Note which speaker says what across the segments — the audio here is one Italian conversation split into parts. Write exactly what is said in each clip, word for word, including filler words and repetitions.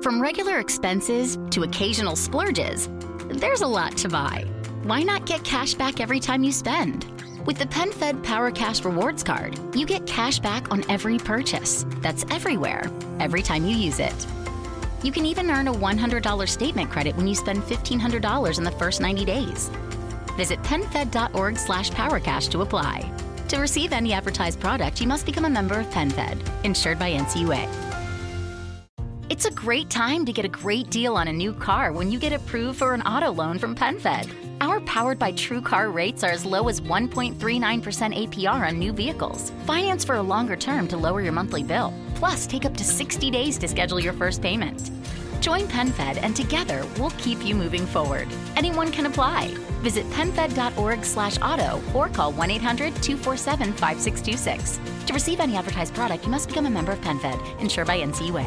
Speaker 1: From regular expenses to occasional splurges, there's a lot to buy. Why not get cash back every time you spend? With the PenFed Power Cash Rewards Card, you get cash back on every purchase. That's everywhere, every time you use it. You can even earn a one hundred dollars statement credit when you spend fifteen hundred dollars in the first ninety days. Visit PenFed.org slash PowerCash to apply. To receive any advertised product, you must become a member of PenFed, insured by N C U A. It's a great time to get a great deal on a new car when you get approved for an auto loan from PenFed. Our Powered by True Car rates are as low as one point three nine percent A P R on new vehicles. Finance for a longer term to lower your monthly bill. Plus, take up to sixty days to schedule your first payment. Join PenFed and together we'll keep you moving forward. Anyone can apply. Visit PenFed.org slash auto or call one eight hundred two four seven five six two six. To receive any advertised product, you must become a member of PenFed, insured by N C U A.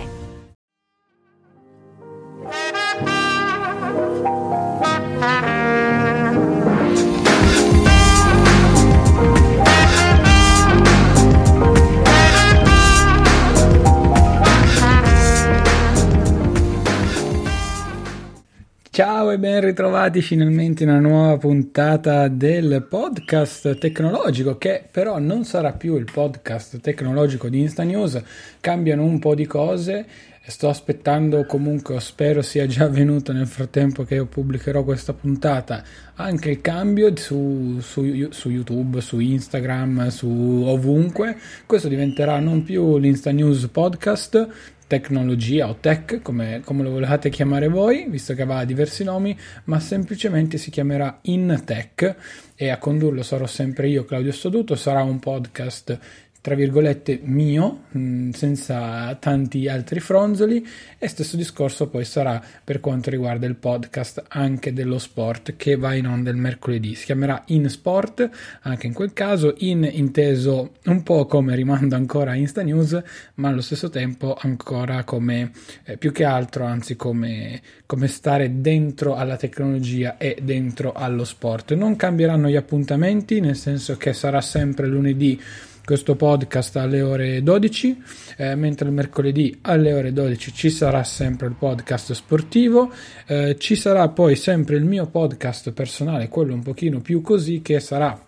Speaker 2: Ciao e ben ritrovati finalmente in una nuova puntata del podcast tecnologico, che però non sarà più il podcast tecnologico di Instanews. Cambiano un po' di cose, sto aspettando, comunque spero sia già avvenuto nel frattempo che io pubblicherò questa puntata, anche il cambio su, su, su YouTube, su Instagram, su ovunque. Questo diventerà non più l'Instanews podcast tecnologia o tech, come, come lo volete chiamare voi, visto che aveva diversi nomi, ma semplicemente si chiamerà In Tech e a condurlo sarò sempre io, Claudio Stoduto. Sarà un podcast tra virgolette mio, mh, senza tanti altri fronzoli, e stesso discorso poi sarà per quanto riguarda il podcast anche dello sport, che va in onda il mercoledì. Si chiamerà In Sport, anche in quel caso, in inteso un po' come rimando ancora a Instanews, ma allo stesso tempo ancora come, eh, più che altro, anzi come, come stare dentro alla tecnologia e dentro allo sport. Non cambieranno gli appuntamenti, nel senso che sarà sempre lunedì questo podcast alle ore dodici, eh, mentre il mercoledì alle ore dodici ci sarà sempre il podcast sportivo, eh, ci sarà poi sempre il mio podcast personale, quello un pochino più così, che sarà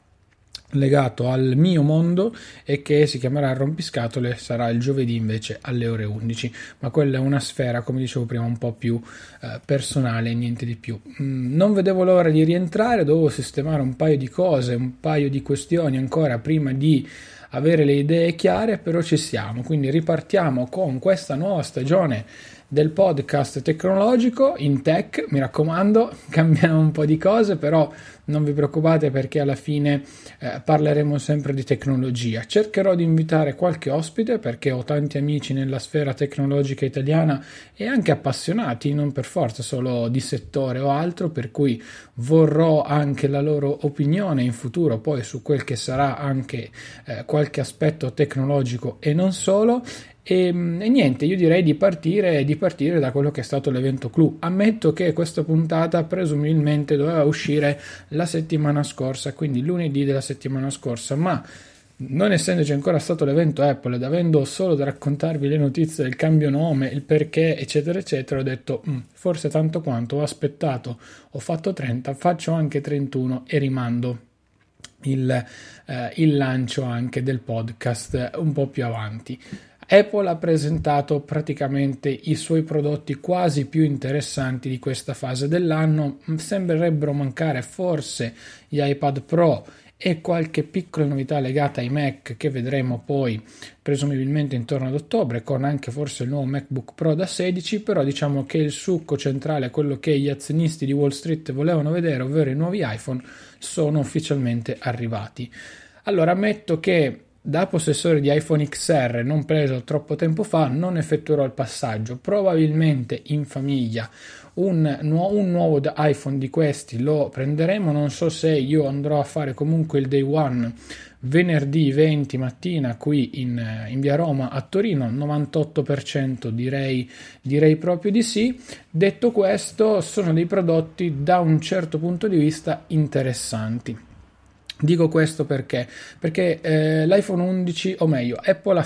Speaker 2: legato al mio mondo e che si chiamerà Rompiscatole, sarà il giovedì invece alle ore undici, ma quella è una sfera, come dicevo prima, un po' più eh, personale, niente di più. Mm, non vedevo l'ora di rientrare, dovevo sistemare un paio di cose, un paio di questioni ancora prima di avere le idee chiare, però ci siamo, quindi ripartiamo con questa nuova stagione del podcast tecnologico In Tech. Mi raccomando, cambiamo un po' di cose, però non vi preoccupate, perché alla fine eh, parleremo sempre di tecnologia. Cercherò di invitare qualche ospite, perché ho tanti amici nella sfera tecnologica italiana e anche appassionati, non per forza solo di settore o altro, per cui vorrò anche la loro opinione in futuro poi su quel che sarà anche eh, qualche aspetto tecnologico e non solo. E, e niente, io direi di partire, di partire da quello che è stato l'evento Clou. Ammetto che questa puntata presumibilmente doveva uscire la settimana scorsa, quindi lunedì della settimana scorsa, ma non essendoci ancora stato l'evento Apple ed avendo solo da raccontarvi le notizie del cambio nome, il perché eccetera eccetera, ho detto forse tanto quanto, ho aspettato, ho fatto trenta, faccio anche trentuno e rimando il, eh, il lancio anche del podcast un po' più avanti. Apple ha presentato praticamente i suoi prodotti quasi più interessanti di questa fase dell'anno. Sembrerebbero mancare forse gli iPad Pro e qualche piccola novità legata ai Mac, che vedremo poi presumibilmente intorno ad ottobre, con anche forse il nuovo MacBook Pro da sedici, però diciamo che il succo centrale, quello che gli azionisti di Wall Street volevano vedere, ovvero i nuovi iPhone, sono ufficialmente arrivati. Allora, ammetto che da possessore di iPhone X R non preso troppo tempo fa non effettuerò il passaggio. Probabilmente in famiglia un, nu- un nuovo iPhone di questi lo prenderemo. Non so se io andrò a fare comunque il day one venerdì venti mattina qui in, in via Roma a Torino. Novantotto per cento direi, direi proprio di sì. Detto questo, sono dei prodotti da un certo punto di vista interessanti. Dico questo perché? Perché eh, l'iPhone undici, o meglio, Apple ha fatto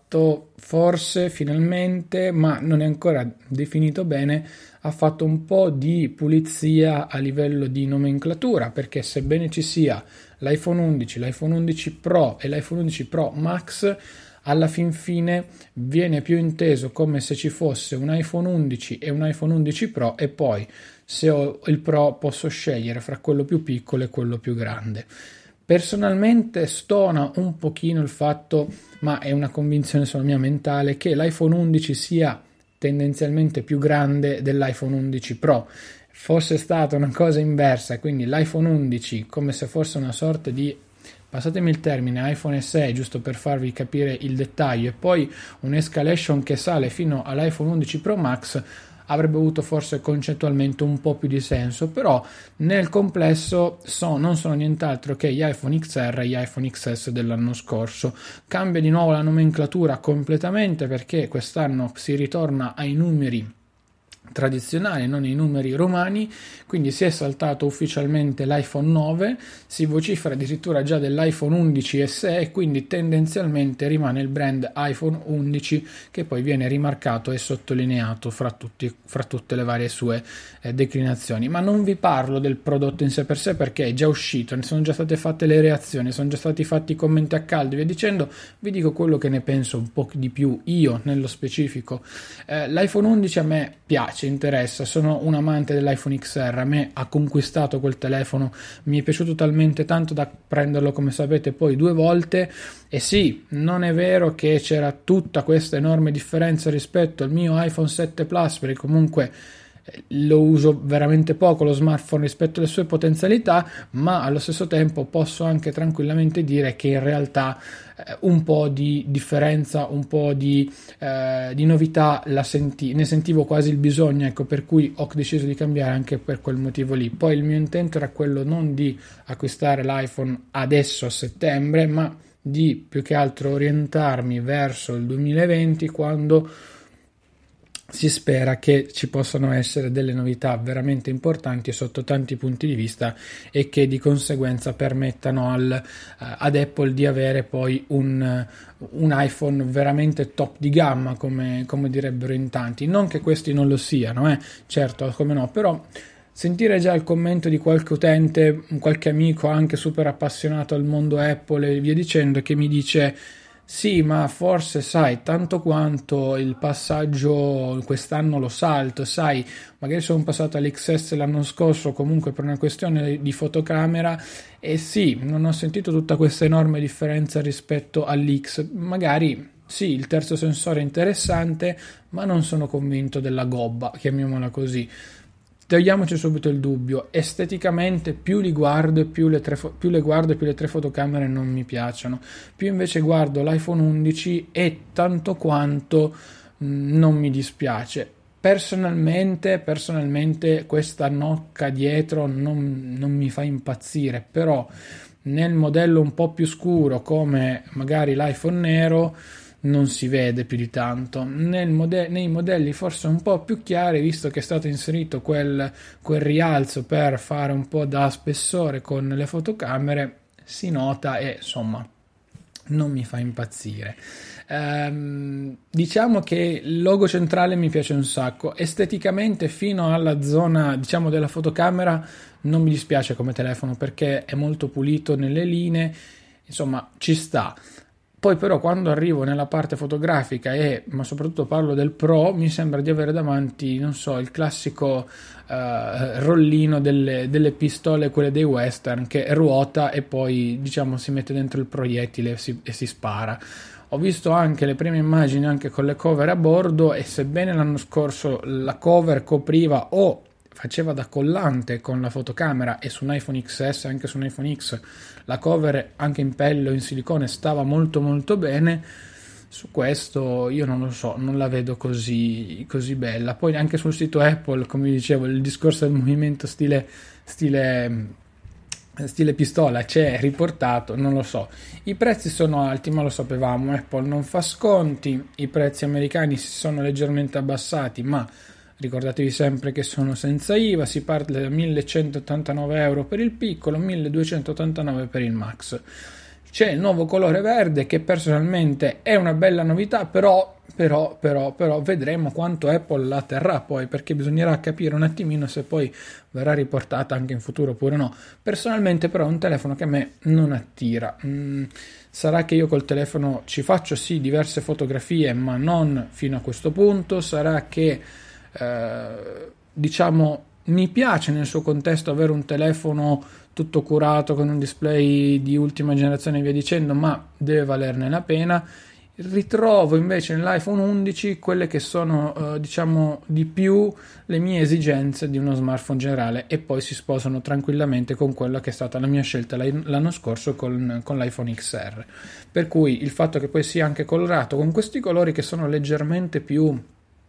Speaker 2: fatto forse finalmente, ma non è ancora definito bene, ha fatto un po' di pulizia a livello di nomenclatura, perché sebbene ci sia l'iPhone undici, l'iPhone undici Pro e l'iPhone undici Pro Max, alla fin fine viene più inteso come se ci fosse un iPhone undici e un iPhone undici Pro, e poi se ho il Pro posso scegliere fra quello più piccolo e quello più grande. Personalmente stona un pochino il fatto, ma è una convinzione solo mia mentale, che l'iPhone undici sia tendenzialmente più grande dell'iPhone undici Pro. Fosse stata una cosa inversa, quindi l'iPhone undici come se fosse una sorta di, passatemi il termine, iPhone S E, giusto per farvi capire il dettaglio, e poi un'escalation che sale fino all'iPhone undici Pro Max, avrebbe avuto forse concettualmente un po' più di senso, però nel complesso so, non sono nient'altro che gli iPhone X R e gli iPhone X S dell'anno scorso. Cambia di nuovo la nomenclatura completamente, perché quest'anno si ritorna ai numeri tradizionali, non i numeri romani, quindi si è saltato ufficialmente l'iPhone nove, si vocifera addirittura già dell'iPhone undici S E, quindi tendenzialmente rimane il brand iPhone undici, che poi viene rimarcato e sottolineato fra, tutti, fra tutte le varie sue eh, declinazioni. Ma non vi parlo del prodotto in sé per sé, perché è già uscito, ne sono già state fatte le reazioni, sono già stati fatti i commenti a caldo e via dicendo. Vi dico quello che ne penso un po' di più io nello specifico. eh, l'iPhone undici a me piace, interessa, sono un amante dell'iPhone X R, a me ha conquistato quel telefono, mi è piaciuto talmente tanto da prenderlo, come sapete, poi due volte. E sì, non è vero che c'era tutta questa enorme differenza rispetto al mio iPhone sette Plus, perché comunque lo uso veramente poco lo smartphone rispetto alle sue potenzialità, ma allo stesso tempo posso anche tranquillamente dire che in realtà eh, un po' di differenza, un po' di, eh, di novità la senti- ne sentivo quasi il bisogno, ecco, per cui ho deciso di cambiare anche per quel motivo lì. Poi il mio intento era quello non di acquistare l'iPhone adesso a settembre, ma di più che altro orientarmi verso il duemilaventi, quando si spera che ci possano essere delle novità veramente importanti sotto tanti punti di vista, e che di conseguenza permettano al, uh, ad Apple di avere poi un, un iPhone veramente top di gamma, come, come direbbero in tanti. Non che questi non lo siano, eh? Certo, come no, però sentire già il commento di qualche utente, qualche amico anche super appassionato al mondo Apple e via dicendo, che mi dice: sì, ma forse sai, tanto quanto il passaggio quest'anno lo salto, sai, magari sono passato all'X S l'anno scorso comunque per una questione di fotocamera, e sì, non ho sentito tutta questa enorme differenza rispetto all'X. Magari sì, il terzo sensore è interessante, ma non sono convinto della gobba, chiamiamola così. Togliamoci subito il dubbio, esteticamente più li guardo e più le, tre fo- più le guardo e più le tre fotocamere non mi piacciono, più invece guardo l'iPhone undici e tanto quanto mh, non mi dispiace. Personalmente, personalmente questa nocca dietro non, non mi fa impazzire, però nel modello un po' più scuro come magari l'iPhone nero non si vede più di tanto. Nel mode- nei modelli forse un po' più chiari, visto che è stato inserito quel, quel rialzo per fare un po' da spessore con le fotocamere, si nota e insomma non mi fa impazzire. Ehm, diciamo che il logo centrale mi piace un sacco, esteticamente fino alla zona, diciamo, della fotocamera non mi dispiace come telefono, perché è molto pulito nelle linee, insomma ci sta. Poi però quando arrivo nella parte fotografica, e ma soprattutto parlo del Pro, mi sembra di avere davanti, non so, il classico uh, rollino delle, delle pistole, quelle dei western, che ruota e poi diciamo si mette dentro il proiettile e si, e si spara. Ho visto anche le prime immagini anche con le cover a bordo, e sebbene l'anno scorso la cover copriva o faceva da collante con la fotocamera, e su un iPhone X S, anche su un iPhone X, la cover anche in pelle o in silicone stava molto molto bene, su questo io non lo so, non la vedo così, così bella. Poi anche sul sito Apple, come dicevo, il discorso del movimento stile, stile, stile pistola c'è riportato, non lo so. I prezzi sono alti, ma lo sapevamo, Apple non fa sconti, i prezzi americani si sono leggermente abbassati, ma ricordatevi sempre che sono senza I V A, si parte da millecentottantanove euro per il piccolo, milleduecentottantanove per il Max. C'è il nuovo colore verde che personalmente è una bella novità, però Però, però, però vedremo quanto Apple la terrà poi, perché bisognerà capire un attimino se poi verrà riportata anche in futuro oppure no. Personalmente però è un telefono che a me non attira. Mm, sarà che io col telefono ci faccio sì diverse fotografie, ma non fino a questo punto. Sarà che eh, diciamo mi piace nel suo contesto avere un telefono tutto curato con un display di ultima generazione e via dicendo, ma deve valerne la pena. Ritrovo invece nell'iPhone undici quelle che sono eh, diciamo di più le mie esigenze di uno smartphone generale, e poi si sposano tranquillamente con quella che è stata la mia scelta l'anno scorso con, con l'iPhone X R, per cui il fatto che poi sia anche colorato con questi colori che sono leggermente più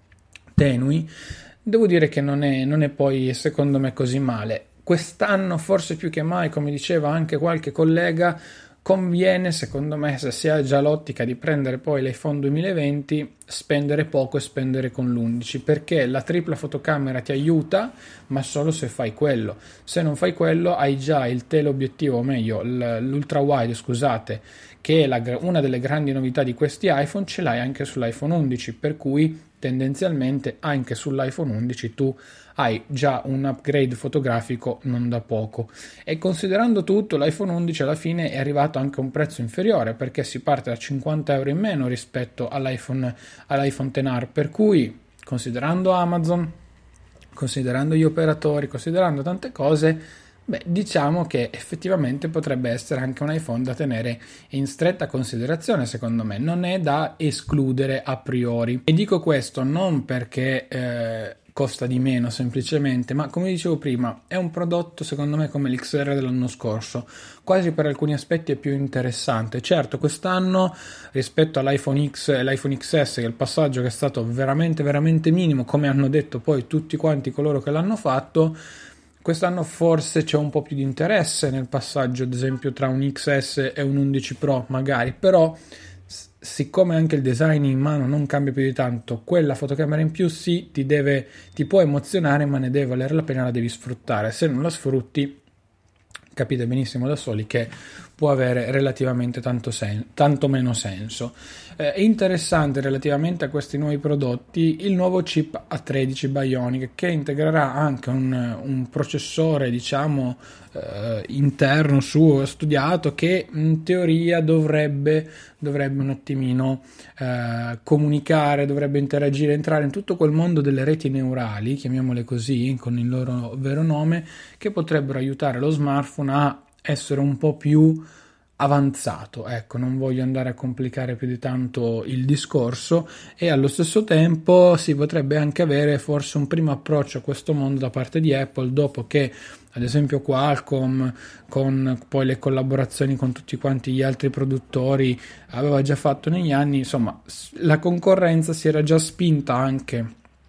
Speaker 2: tenui, devo dire che non è, non è poi secondo me così male. Quest'anno forse più che mai, come diceva anche qualche collega, conviene, secondo me, se si ha già l'ottica di prendere poi l'iPhone duemilaventi, spendere poco e spendere con l'undici, perché la tripla fotocamera ti aiuta, ma solo se fai quello. Se non fai quello, hai già il teleobiettivo, o meglio, l'ultra wide, scusate, che è la, una delle grandi novità di questi iPhone, ce l'hai anche sull'iPhone undici, per cui tendenzialmente anche sull'iPhone undici tu hai già un upgrade fotografico non da poco. E considerando tutto, l'iPhone undici alla fine è arrivato anche a un prezzo inferiore, perché si parte da cinquanta euro in meno rispetto all'iPhone, all'iPhone X R, per cui considerando Amazon, considerando gli operatori, considerando tante cose, beh, diciamo che effettivamente potrebbe essere anche un iPhone da tenere in stretta considerazione, secondo me, non è da escludere a priori. E dico questo non perché eh, costa di meno semplicemente, ma come dicevo prima è un prodotto secondo me come l'X R dell'anno scorso, quasi per alcuni aspetti è più interessante. Certo, quest'anno rispetto all'iPhone X e l'iPhone X S, che è il passaggio che è stato veramente veramente minimo, come hanno detto poi tutti quanti coloro che l'hanno fatto, quest'anno forse c'è un po' più di interesse nel passaggio, ad esempio tra un X S e un undici Pro magari, però siccome anche il design in mano non cambia più di tanto, quella fotocamera in più sì, ti deve, ti può emozionare, ma ne deve valere la pena, la devi sfruttare. Se non la sfrutti, capite benissimo da soli che può avere relativamente tanto, sen- tanto meno senso. Eh, è interessante relativamente a questi nuovi prodotti il nuovo chip A tredici Bionic, che integrerà anche un, un processore diciamo eh, interno suo studiato, che in teoria dovrebbe, dovrebbe un attimino eh, comunicare, dovrebbe interagire, entrare in tutto quel mondo delle reti neurali, chiamiamole così con il loro vero nome, che potrebbero aiutare lo smartphone a essere un po' più avanzato. Ecco, non voglio andare a complicare più di tanto il discorso, e allo stesso tempo si potrebbe anche avere forse un primo approccio a questo mondo da parte di Apple, dopo che ad esempio Qualcomm, con poi le collaborazioni con tutti quanti gli altri produttori, aveva già fatto negli anni. Insomma, la concorrenza si era già spinta anche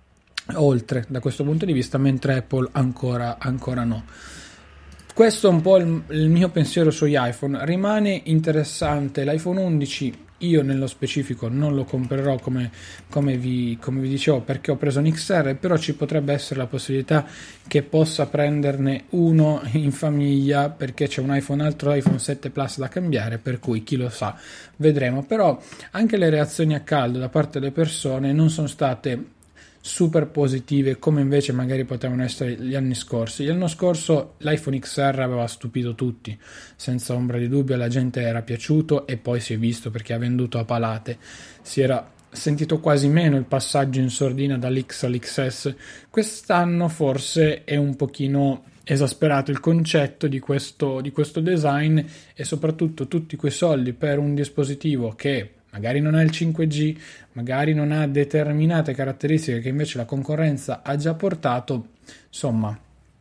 Speaker 2: oltre da questo punto di vista, mentre Apple ancora, ancora no. Questo è un po' il, il mio pensiero sugli iPhone. Rimane interessante l'iPhone undici, io nello specifico non lo comprerò come, come, vi, come vi dicevo, perché ho preso un X R, però ci potrebbe essere la possibilità che possa prenderne uno in famiglia, perché c'è un iPhone, altro iPhone sette Plus da cambiare, per cui chi lo sa, vedremo. Però anche le reazioni a caldo da parte delle persone non sono state super positive come invece magari potevano essere gli anni scorsi. L'anno scorso l'iPhone X R aveva stupito tutti, senza ombra di dubbio, alla gente era piaciuto, e poi si è visto perché ha venduto a palate. Si era sentito quasi meno il passaggio in sordina dall'X all'X S. Quest'anno forse è un pochino esasperato il concetto di questo, di questo design, e soprattutto tutti quei soldi per un dispositivo che magari non ha il cinque G, magari non ha determinate caratteristiche che invece la concorrenza ha già portato, insomma,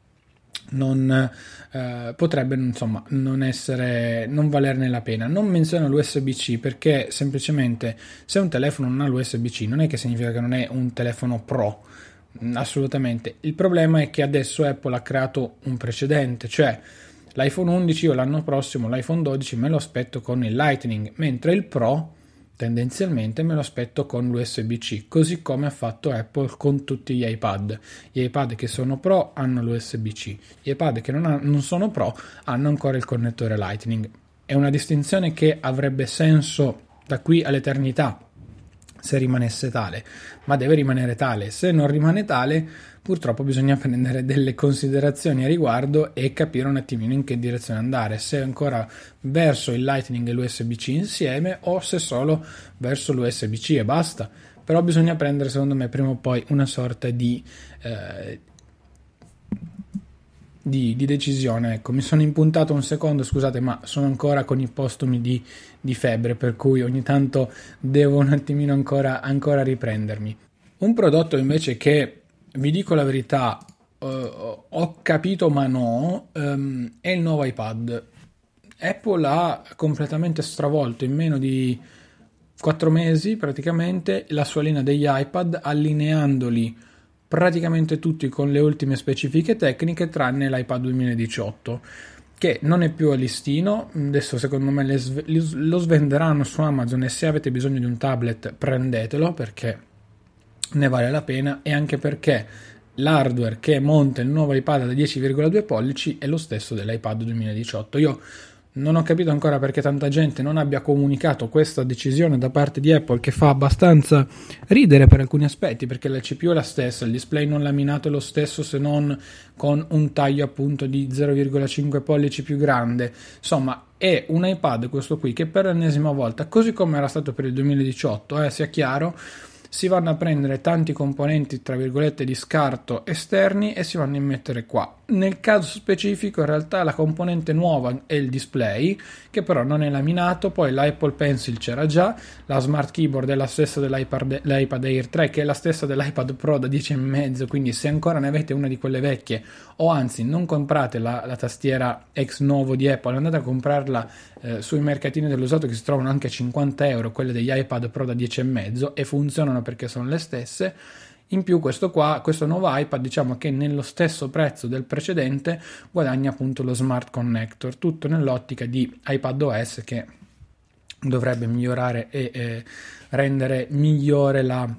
Speaker 2: non eh, potrebbe insomma non essere, non valerne la pena. Non menziono l'U S B C perché semplicemente se un telefono non ha l'U S B C non è che significa che non è un telefono pro, assolutamente. Il problema è che adesso Apple ha creato un precedente, cioè l'iPhone undici o l'anno prossimo l'iPhone dodici me lo aspetto con il Lightning, mentre il Pro tendenzialmente me lo aspetto con l'U S B C, così come ha fatto Apple con tutti gli iPad. Gli iPad che sono Pro hanno l'U S B C, gli iPad che non, ha, non sono Pro hanno ancora il connettore Lightning. è una distinzione che avrebbe senso da qui all'eternità se rimanesse tale, ma deve rimanere tale. Se non rimane tale, purtroppo bisogna prendere delle considerazioni a riguardo e capire un attimino in che direzione andare, se ancora verso il Lightning e l'U S B C insieme o se solo verso l'U S B C e basta. Però bisogna prendere, secondo me, prima o poi una sorta di eh, Di, di decisione. Ecco, mi sono impuntato un secondo, scusate, ma sono ancora con i postumi di, di febbre, per cui ogni tanto devo un attimino ancora, ancora riprendermi. Un prodotto invece che, vi dico la verità, uh, ho capito ma no, um, è il nuovo iPad. Apple ha completamente stravolto in meno di quattro mesi praticamente la sua linea degli iPad, allineandoli praticamente tutti con le ultime specifiche tecniche, tranne l'iPad duemiladiciotto, che non è più a listino. Adesso secondo me le sve- lo svenderanno su Amazon, e se avete bisogno di un tablet prendetelo, perché ne vale la pena, e anche perché l'hardware che monta il nuovo iPad da dieci virgola due pollici è lo stesso dell'iPad duemiladiciotto. Io non ho capito ancora perché tanta gente non abbia comunicato questa decisione da parte di Apple, che fa abbastanza ridere per alcuni aspetti, perché la C P U è la stessa, il display non laminato è lo stesso, se non con un taglio appunto di zero virgola cinque pollici più grande. Insomma, è un iPad questo qui che per l'ennesima volta, così come era stato per il duemiladiciotto, eh, sia chiaro, si vanno a prendere tanti componenti tra virgolette di scarto esterni e si vanno a immettere qua. Nel caso specifico in realtà la componente nuova è il display, che però non è laminato. Poi l'Apple Pencil c'era già, la Smart Keyboard è la stessa dell'iPad, l'iPad Air tre, che è la stessa dell'iPad Pro da dieci virgola cinque, quindi se ancora ne avete una di quelle vecchie, o anzi non comprate la, la tastiera ex novo di Apple, andate a comprarla eh, sui mercatini dell'usato, che si trovano anche a cinquanta euro, quelle degli iPad Pro da dieci virgola cinque, e funzionano perché sono le stesse. In più questo qua, questo nuovo iPad, diciamo che nello stesso prezzo del precedente guadagna appunto lo Smart Connector, tutto nell'ottica di iPadOS, che dovrebbe migliorare e eh, rendere migliore la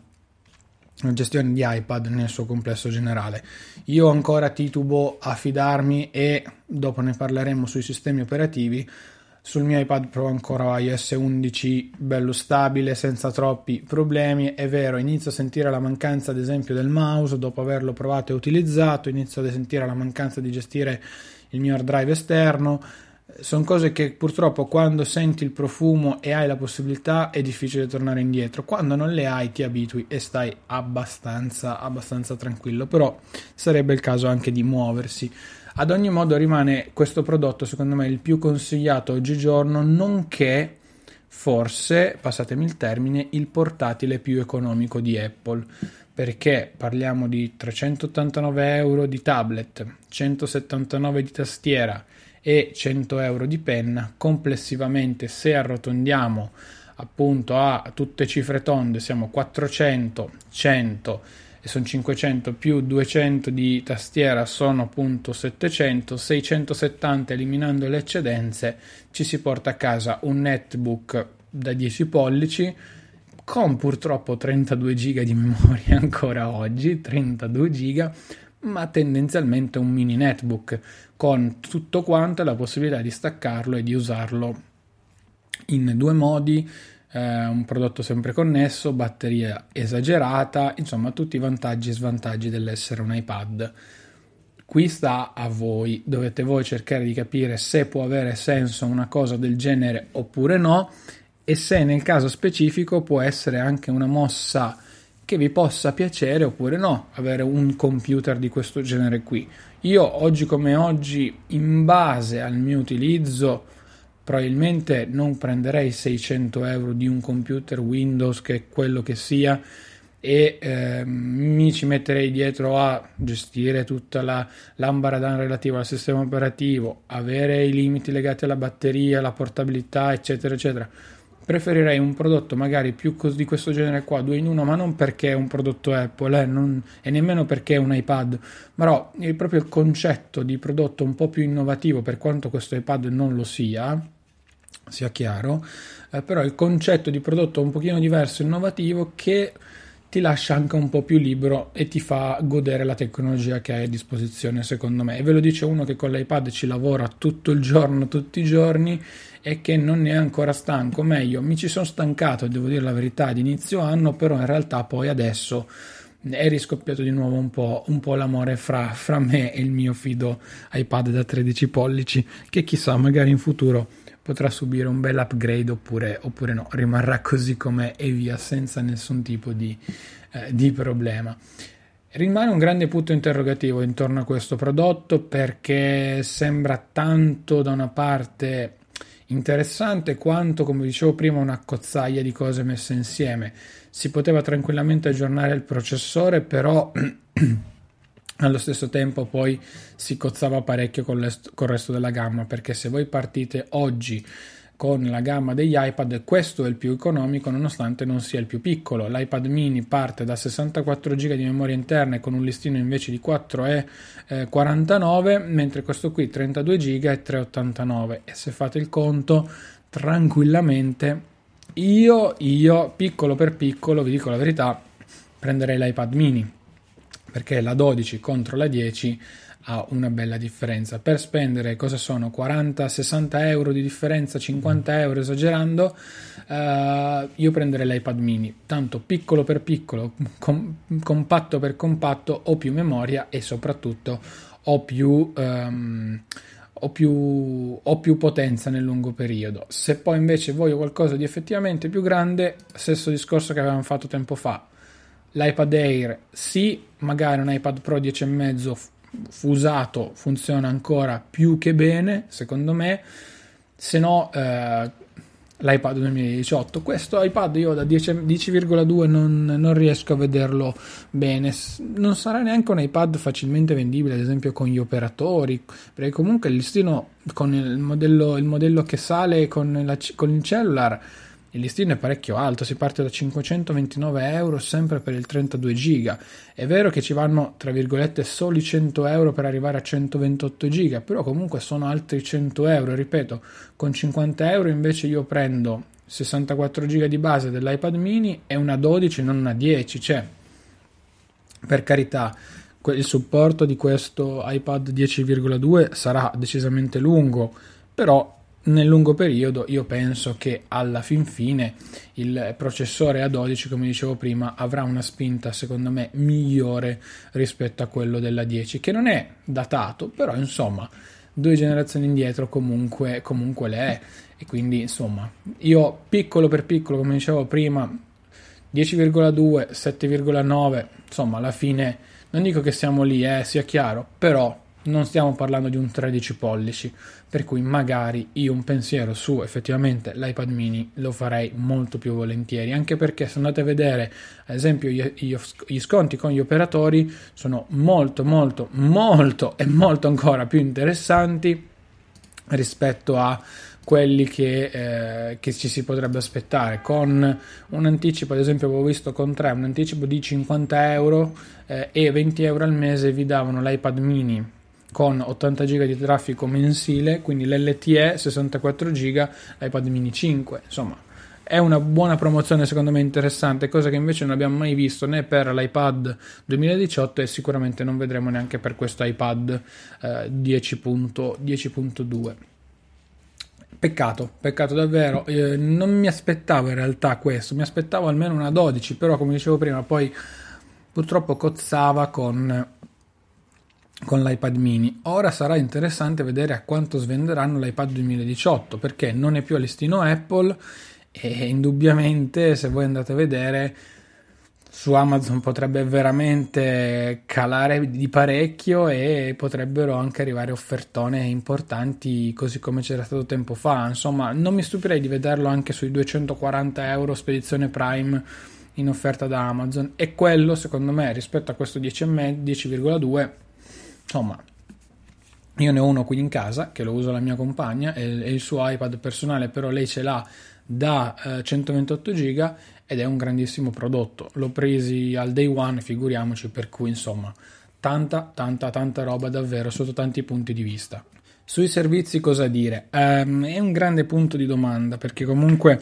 Speaker 2: gestione di iPad nel suo complesso generale. Io ancora titubo a fidarmi, e dopo ne parleremo sui sistemi operativi. Sul mio iPad Pro ancora iOS undici bello stabile, senza troppi problemi. È vero, inizio a sentire la mancanza ad esempio del mouse dopo averlo provato e utilizzato, inizio a sentire la mancanza di gestire il mio hard drive esterno. Sono cose che purtroppo quando senti il profumo e hai la possibilità è difficile tornare indietro. Quando non le hai ti abitui e stai abbastanza, abbastanza tranquillo, però sarebbe il caso anche di muoversi. Ad ogni modo rimane questo prodotto secondo me il più consigliato oggigiorno, nonché forse, passatemi il termine, il portatile più economico di Apple, perché parliamo di trecentottantanove euro di tablet, centosettantanove di tastiera e cento euro di penna. Complessivamente, se arrotondiamo appunto a tutte cifre tonde, siamo quattrocento, cento e sono cinquecento, più duecento di tastiera sono appunto settecento, seicentosettanta eliminando le eccedenze, ci si porta a casa un netbook da dieci pollici con purtroppo trentadue giga di memoria ancora oggi, trentadue giga, ma tendenzialmente un mini netbook con tutto quanto, la possibilità di staccarlo e di usarlo in due modi. Eh, un prodotto sempre connesso, batteria esagerata, insomma tutti i vantaggi e svantaggi dell'essere un iPad. Qui sta a voi, dovete voi cercare di capire se può avere senso una cosa del genere oppure no, e se nel caso specifico può essere anche una mossa che vi possa piacere oppure no, avere un computer di questo genere qui. Io oggi come oggi, in base al mio utilizzo, probabilmente non prenderei seicento euro di un computer Windows, che è quello che sia, e eh, mi ci metterei dietro a gestire tutta la l'ambaradan relativa al sistema operativo, avere i limiti legati alla batteria, la portabilità, eccetera eccetera. Preferirei un prodotto magari più di questo genere qua, due in uno, ma non perché è un prodotto Apple eh, non, e nemmeno perché è un iPad, però è proprio il concetto di prodotto un po' più innovativo, per quanto questo iPad non lo sia, sia chiaro, eh, però il concetto di prodotto un pochino diverso, innovativo, che ti lascia anche un po' più libero e ti fa godere la tecnologia che hai a disposizione, secondo me. E ve lo dice uno che con l'iPad ci lavora tutto il giorno, tutti i giorni, e che non ne è ancora stanco. Meglio, mi ci sono stancato, devo dire la verità, di inizio anno, però in realtà poi adesso è riscoppiato di nuovo un po', un po' l'amore fra, fra me e il mio fido iPad da tredici pollici, che chissà, magari in futuro potrà subire un bel upgrade oppure, oppure no, rimarrà così com'è e via, senza nessun tipo di, eh, di problema. Rimane un grande punto interrogativo intorno a questo prodotto, perché sembra tanto da una parte interessante quanto, come dicevo prima, una cozzaia di cose messe insieme. Si poteva tranquillamente aggiornare il processore, però allo stesso tempo poi si cozzava parecchio con, con il resto della gamma, perché se voi partite oggi con la gamma degli iPad, questo è il più economico nonostante non sia il più piccolo. L'iPad mini parte da sessantaquattro giga di memoria interna e con un listino invece di quattro virgola quarantanove, mentre questo qui trentadue giga e tre virgola ottantanove, e se fate il conto tranquillamente io, io piccolo per piccolo, vi dico la verità, prenderei l'iPad mini, perché la dodici contro la dieci ha una bella differenza. Per spendere, cosa sono, quaranta sessanta euro di differenza, cinquanta euro esagerando, uh, io prenderei l'iPad mini, tanto piccolo per piccolo, com- compatto per compatto, ho più memoria e soprattutto ho più, um, ho più, ho più potenza nel lungo periodo. Se poi invece voglio qualcosa di effettivamente più grande, stesso discorso che avevamo fatto tempo fa, l'iPad Air sì, magari un iPad Pro dieci e mezzo usato funziona ancora più che bene, secondo me. Se no eh, l'iPad duemiladiciotto, questo iPad io da dieci virgola due non, non riesco a vederlo bene. Non sarà neanche un iPad facilmente vendibile, ad esempio con gli operatori, perché comunque il listino con il modello, il modello che sale con, la, con il cellular, il listino è parecchio alto, si parte da cinquecentoventinove euro sempre per il trentadue giga. È vero che ci vanno tra virgolette soli cento euro per arrivare a centoventotto giga, però comunque sono altri cento euro. Ripeto, con cinquanta euro invece io prendo sessantaquattro giga di base dell'iPad mini e una dodici, non una dieci. Cioè, per carità, il supporto di questo iPad dieci virgola due sarà decisamente lungo, però nel lungo periodo io penso che alla fin fine il processore A dodici, come dicevo prima, avrà una spinta secondo me migliore rispetto a quello della dieci, che non è datato, però insomma due generazioni indietro comunque, comunque le è. E quindi insomma io piccolo per piccolo, come dicevo prima, dieci virgola due, sette virgola nove, insomma alla fine non dico che siamo lì, eh, sia chiaro, però non stiamo parlando di un tredici pollici, per cui magari io un pensiero su effettivamente l'iPad mini lo farei molto più volentieri, anche perché se andate a vedere ad esempio gli, gli sconti con gli operatori sono molto molto molto e molto ancora più interessanti rispetto a quelli che, eh, che ci si potrebbe aspettare. Con un anticipo, ad esempio avevo visto con tre un anticipo di cinquanta euro eh, e venti euro al mese vi davano l'iPad mini con ottanta giga di traffico mensile, quindi l'L T E sessantaquattro giga, l'iPad mini cinque. Insomma, è una buona promozione, secondo me interessante, cosa che invece non abbiamo mai visto né per l'iPad duemiladiciotto e sicuramente non vedremo neanche per questo iPad eh, dieci punto due. Peccato, peccato davvero. Eh, non mi aspettavo in realtà questo, mi aspettavo almeno una dodici, però come dicevo prima poi purtroppo cozzava con con l'iPad mini. Ora sarà interessante vedere a quanto svenderanno l'iPad duemiladiciotto, perché non è più a listino Apple e indubbiamente se voi andate a vedere su Amazon potrebbe veramente calare di parecchio e potrebbero anche arrivare offertone importanti, così come c'era stato tempo fa. Insomma, non mi stupirei di vederlo anche sui duecentoquaranta euro spedizione Prime in offerta da Amazon, e quello secondo me rispetto a questo dieci virgola due, insomma, io ne ho uno qui in casa che lo usa la mia compagna, è, è il suo iPad personale, però lei ce l'ha da eh, centoventotto giga ed è un grandissimo prodotto. L'ho presi al day one, figuriamoci, per cui insomma tanta tanta tanta roba davvero sotto tanti punti di vista. Sui servizi cosa dire? Um, è un grande punto di domanda, perché comunque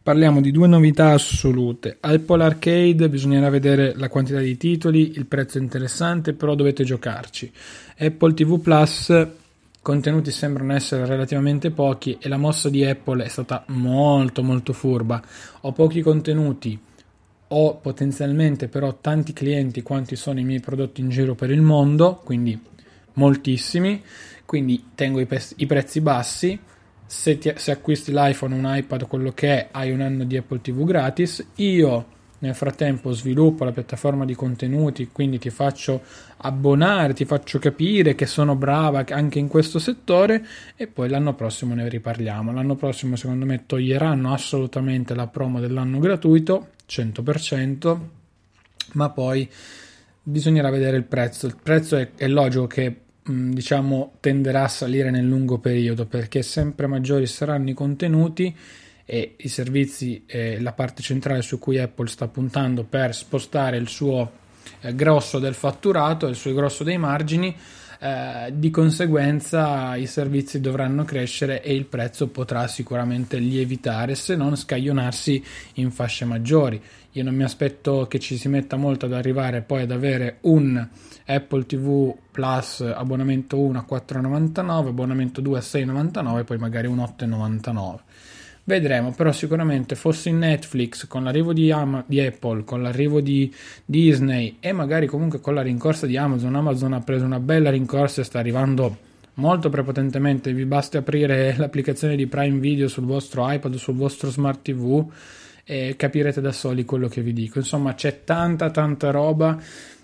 Speaker 2: Parliamo di due novità assolute. Apple Arcade, bisognerà vedere la quantità di titoli, il prezzo è interessante, però dovete giocarci. Apple ti vu Plus, contenuti sembrano essere relativamente pochi e la mossa di Apple è stata molto molto furba. Ho pochi contenuti, ho potenzialmente però tanti clienti quanti sono i miei prodotti in giro per il mondo, quindi moltissimi, quindi tengo i, pe- i prezzi bassi. Se, ti, se acquisti l'iPhone, un iPad, quello che è, hai un anno di Apple ti vu gratis. Io nel frattempo sviluppo la piattaforma di contenuti, quindi ti faccio abbonare, ti faccio capire che sono brava anche in questo settore, e poi l'anno prossimo ne riparliamo. L'anno prossimo secondo me toglieranno assolutamente la promo dell'anno gratuito, cento per cento, ma poi bisognerà vedere il prezzo. Il prezzo è, è logico che diciamo tenderà a salire nel lungo periodo, perché sempre maggiori saranno i contenuti e i servizi, eh, la parte centrale su cui Apple sta puntando per spostare il suo eh, grosso del fatturato, il suo grosso dei margini. Eh, di conseguenza i servizi dovranno crescere e il prezzo potrà sicuramente lievitare, se non scaglionarsi in fasce maggiori. Io non mi aspetto che ci si metta molto ad arrivare poi ad avere un Apple ti vu Plus abbonamento uno a quattro virgola novantanove, abbonamento due a sei virgola novantanove, poi magari un otto virgola novantanove. Vedremo, però sicuramente fosse in Netflix, con l'arrivo di, Am- di Apple, con l'arrivo di Disney e magari comunque con la rincorsa di Amazon. Amazon ha preso una bella rincorsa e sta arrivando molto prepotentemente. Vi basta aprire l'applicazione di Prime Video sul vostro iPad, sul vostro Smart ti vu e capirete da soli quello che vi dico. Insomma, c'è tanta tanta roba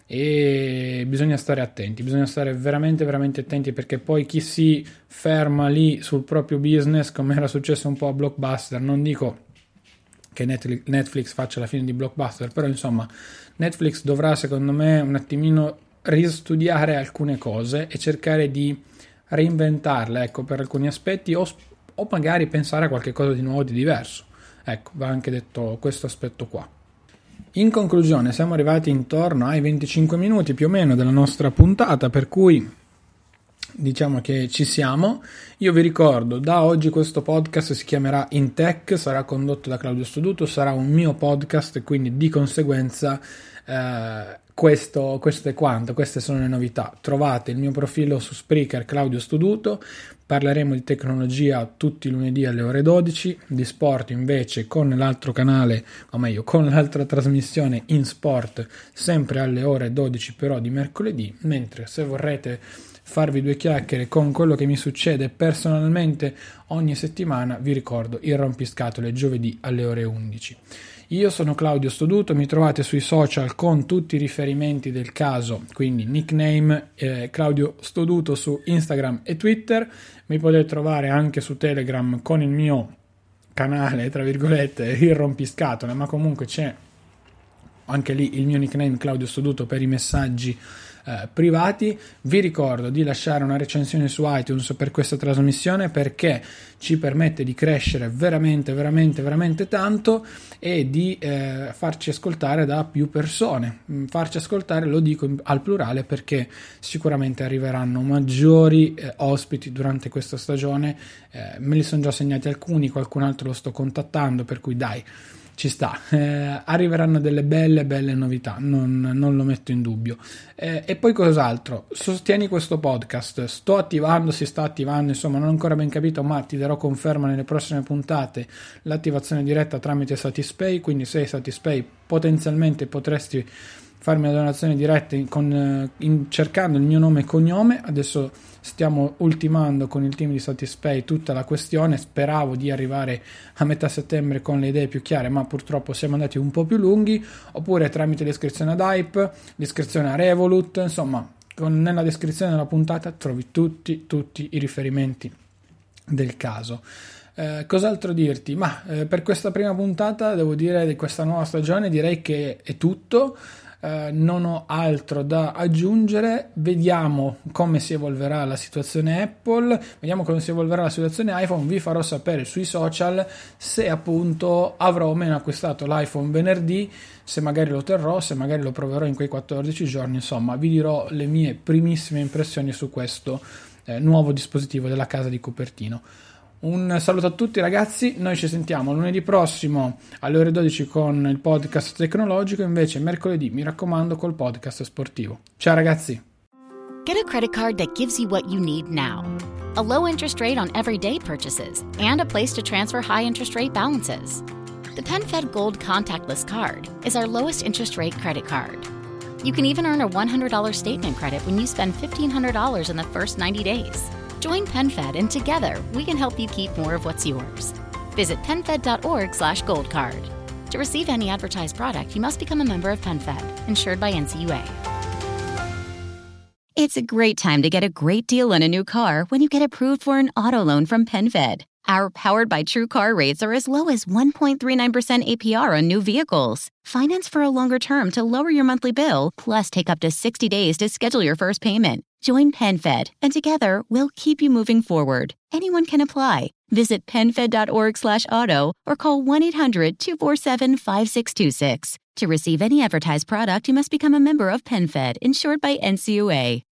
Speaker 2: e bisogna stare attenti, bisogna stare veramente veramente attenti, perché poi chi si ferma lì sul proprio business, come era successo un po' a Blockbuster, non dico che Netflix faccia la fine di Blockbuster, però insomma Netflix dovrà secondo me un attimino ristudiare alcune cose e cercare di reinventarle, ecco, per alcuni aspetti, o, o magari pensare a qualche cosa di nuovo, di diverso. Ecco, va anche detto questo aspetto qua. In conclusione, siamo arrivati intorno ai venticinque minuti più o meno della nostra puntata, per cui diciamo che ci siamo. Io vi ricordo, da oggi questo podcast si chiamerà In Tech, sarà condotto da Claudio Stoduto, sarà un mio podcast, quindi di conseguenza eh, questo, questo è quanto, queste sono le novità. Trovate il mio profilo su Spreaker, Claudio Stoduto. Parleremo di tecnologia tutti i lunedì alle ore dodici, di sport invece con l'altro canale, o meglio con l'altra trasmissione In Sport, sempre alle ore dodici però di mercoledì, mentre se vorrete farvi due chiacchiere con quello che mi succede personalmente ogni settimana, vi ricordo il rompiscatole giovedì alle ore undici. Io sono Claudio Stoduto, mi trovate sui social con tutti i riferimenti del caso, quindi nickname eh, Claudio Stoduto su Instagram e Twitter. Mi potete trovare anche su Telegram con il mio canale, tra virgolette, il rompiscatole, ma comunque c'è anche lì il mio nickname Claudio Stoduto per i messaggi eh, privati. Vi ricordo di lasciare una recensione su iTunes per questa trasmissione, perché ci permette di crescere veramente veramente veramente tanto e di eh, farci ascoltare da più persone. Farci ascoltare lo dico in, al plurale, perché sicuramente arriveranno maggiori eh, ospiti durante questa stagione. Eh, me li sono già segnati alcuni, qualcun altro lo sto contattando, per cui dai, ci sta, eh, arriveranno delle belle belle novità, non, non lo metto in dubbio. Eh, e poi cos'altro? Sostieni questo podcast, sto attivando, si sta attivando, insomma non ho ancora ben capito, ma ti darò conferma nelle prossime puntate, l'attivazione diretta tramite Satispay, quindi se hai Satispay potenzialmente potresti farmi una donazione diretta in, con, in, cercando il mio nome e cognome. Adesso stiamo ultimando con il team di Satispay tutta la questione, speravo di arrivare a metà settembre con le idee più chiare, ma purtroppo siamo andati un po' più lunghi. Oppure tramite l'iscrizione ad Hype, l'iscrizione a Revolut, insomma con, nella descrizione della puntata trovi tutti tutti i riferimenti del caso. Eh, cos'altro dirti? Ma eh, per questa prima puntata, devo dire, di questa nuova stagione, direi che è tutto. Uh, non ho altro da aggiungere. Vediamo come si evolverà la situazione Apple, vediamo come si evolverà la situazione iPhone. Vi farò sapere sui social se appunto avrò o meno acquistato l'iPhone venerdì, se magari lo terrò, se magari lo proverò in quei quattordici giorni. Insomma, vi dirò le mie primissime impressioni su questo eh, nuovo dispositivo della casa di Cupertino. Un saluto a tutti ragazzi, noi ci sentiamo lunedì prossimo alle ore dodici con il podcast tecnologico, invece mercoledì mi raccomando col podcast sportivo. Ciao ragazzi!
Speaker 1: Get a credit card that gives you what you need now. A low interest rate on everyday purchases and a place to transfer high interest rate balances. The PenFed Gold Contactless Card is our lowest interest rate credit card. You can even earn a one hundred dollars statement credit when you spend fifteen hundred dollars in the first ninety days. Join PenFed and together we can help you keep more of what's yours. Visit penfed.org slash goldcard. To receive any advertised product, you must become a member of PenFed, insured by N C U A. It's a great time to get a great deal on a new car when you get approved for an auto loan from PenFed. Our Powered by True car rates are as low as one point three nine percent A P R on new vehicles. Finance for a longer term to lower your monthly bill, plus take up to sixty days to schedule your first payment. Join PenFed, and together we'll keep you moving forward. Anyone can apply. Visit penfed.org slash auto or call one eight hundred two four seven five six two six. To receive any advertised product, you must become a member of PenFed, insured by N C U A.